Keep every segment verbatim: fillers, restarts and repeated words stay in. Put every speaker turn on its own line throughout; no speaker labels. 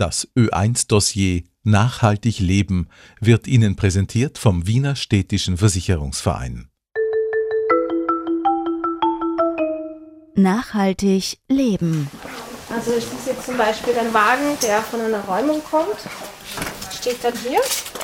Das Ö eins Dossier Nachhaltig leben wird Ihnen präsentiert vom Wiener Städtischen Versicherungsverein.
Nachhaltig leben.
Also ist das jetzt zum Beispiel ein Wagen, der von einer Räumung kommt, steht dann hier.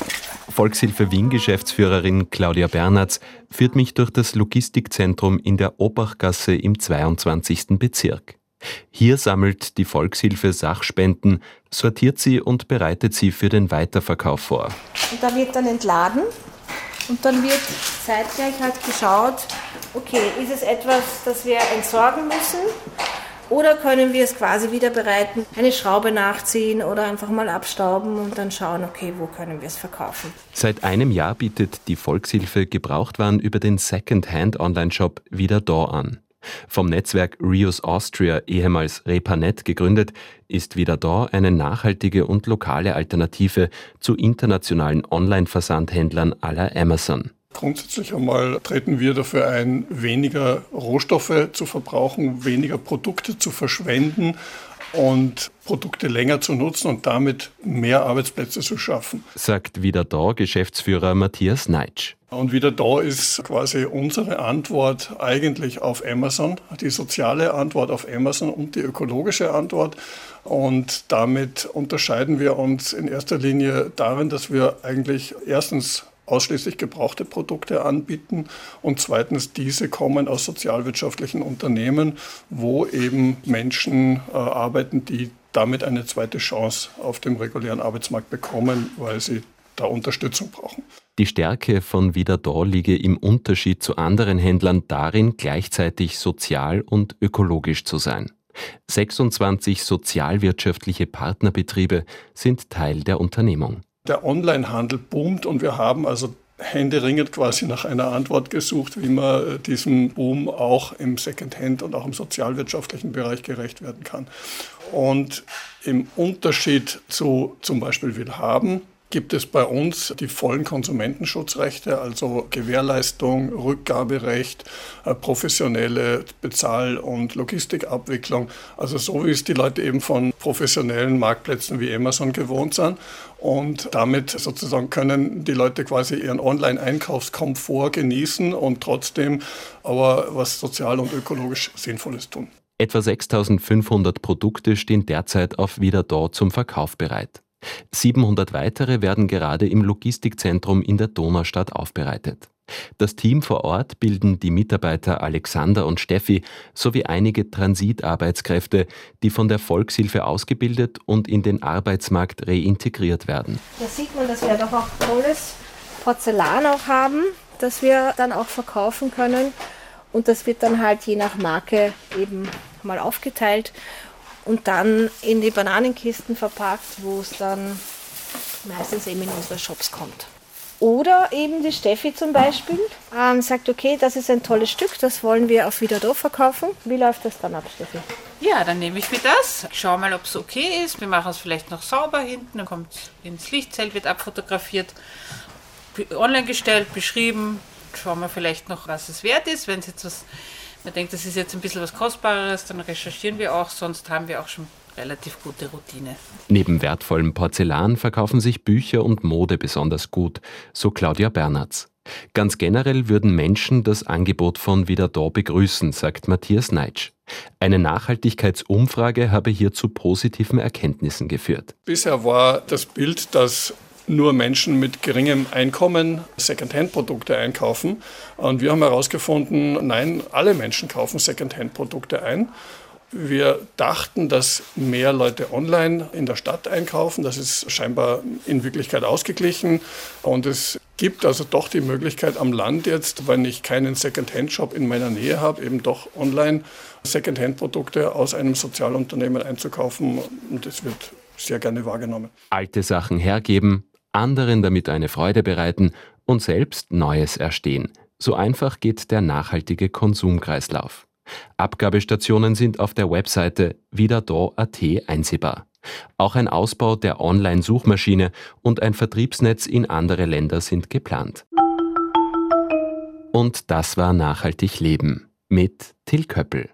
Volkshilfe Wien-Geschäftsführerin Claudia Bernatz führt mich durch das Logistikzentrum in der Obachgasse im zweiundzwanzigsten Bezirk. Hier sammelt die Volkshilfe Sachspenden, sortiert sie und bereitet sie für den Weiterverkauf vor.
Und da wird dann entladen und dann wird zeitgleich halt geschaut, okay, ist es etwas, das wir entsorgen müssen? Oder können wir es quasi wieder bereiten, eine Schraube nachziehen oder einfach mal abstauben und dann schauen, okay, wo können wir es verkaufen.
Seit einem Jahr bietet die Volkshilfe Gebrauchtwaren über den Second-Hand-Online-Shop Wieder da an. Vom Netzwerk Reuse Austria, ehemals Repanet, gegründet, ist Wieder da eine nachhaltige und lokale Alternative zu internationalen Online-Versandhändlern à la Amazon.
Grundsätzlich einmal treten wir dafür ein, weniger Rohstoffe zu verbrauchen, weniger Produkte zu verschwenden und Produkte länger zu nutzen und damit mehr Arbeitsplätze zu schaffen.
Sagt Wieder da Geschäftsführer Matthias Neitsch.
Und Wieder da ist quasi unsere Antwort eigentlich auf Amazon, die soziale Antwort auf Amazon und die ökologische Antwort. Und damit unterscheiden wir uns in erster Linie darin, dass wir eigentlich erstens ausschließlich gebrauchte Produkte anbieten und zweitens, diese kommen aus sozialwirtschaftlichen Unternehmen, wo eben Menschen äh, arbeiten, die damit eine zweite Chance auf dem regulären Arbeitsmarkt bekommen, weil sie da Unterstützung brauchen.
Die Stärke von Wieder da liege im Unterschied zu anderen Händlern darin, gleichzeitig sozial und ökologisch zu sein. sechsundzwanzig sozialwirtschaftliche Partnerbetriebe sind Teil der Unternehmung.
Der Onlinehandel boomt und wir haben also händeringend quasi nach einer Antwort gesucht, wie man diesem Boom auch im Secondhand und auch im sozialwirtschaftlichen Bereich gerecht werden kann. Und im Unterschied zu zum Beispiel Willhaben gibt es bei uns die vollen Konsumentenschutzrechte, also Gewährleistung, Rückgaberecht, professionelle Bezahl- und Logistikabwicklung. Also so wie es die Leute eben von professionellen Marktplätzen wie Amazon gewohnt sind. Und damit sozusagen können die Leute quasi ihren Online-Einkaufskomfort genießen und trotzdem aber was sozial und ökologisch Sinnvolles tun.
Etwa sechstausendfünfhundert Produkte stehen derzeit auf Wieder da zum Verkauf bereit. siebenhundert weitere werden gerade im Logistikzentrum in der Donaustadt aufbereitet. Das Team vor Ort bilden die Mitarbeiter Alexander und Steffi sowie einige Transitarbeitskräfte, die von der Volkshilfe ausgebildet und in den Arbeitsmarkt reintegriert werden.
Da sieht man, dass wir doch auch tolles Porzellan auch haben, das wir dann auch verkaufen können. Und das wird dann halt je nach Marke eben mal aufgeteilt und dann in die Bananenkisten verpackt, wo es dann meistens eben in unsere Shops kommt. Oder eben die Steffi zum Beispiel ähm, sagt, okay, das ist ein tolles Stück, das wollen wir auf Wieder da verkaufen. Wie läuft das dann ab, Steffi?
Ja, dann nehme ich mir das, schau mal, ob es okay ist. Wir machen es vielleicht noch sauber hinten, dann kommt es ins Lichtzelt, wird abfotografiert, online gestellt, beschrieben. Schauen wir vielleicht noch, was es wert ist. Wenn es jetzt was, man denkt, das ist jetzt ein bisschen was Kostbareres, dann recherchieren wir auch, sonst haben wir auch schon relativ gute Routine.
Neben wertvollem Porzellan verkaufen sich Bücher und Mode besonders gut, so Claudia Bernatz. Ganz generell würden Menschen das Angebot von Wieder da begrüßen, sagt Matthias Neitsch. Eine Nachhaltigkeitsumfrage habe hier zu positiven Erkenntnissen geführt.
Bisher war das Bild, dass nur Menschen mit geringem Einkommen Secondhand-Produkte einkaufen. Und wir haben herausgefunden, nein, alle Menschen kaufen Secondhand-Produkte ein. Wir dachten, dass mehr Leute online in der Stadt einkaufen. Das ist scheinbar in Wirklichkeit ausgeglichen. Und es gibt also doch die Möglichkeit am Land jetzt, wenn ich keinen Secondhand-Shop in meiner Nähe habe, eben doch online Secondhand-Produkte aus einem Sozialunternehmen einzukaufen. Und das wird sehr gerne wahrgenommen.
Alte Sachen hergeben, anderen damit eine Freude bereiten und selbst Neues erstehen. So einfach geht der nachhaltige Konsumkreislauf. Abgabestationen sind auf der Webseite widada punkt at einsehbar. Auch ein Ausbau der Online-Suchmaschine und ein Vertriebsnetz in andere Länder sind geplant. Und das war Nachhaltig leben mit Till Köppel.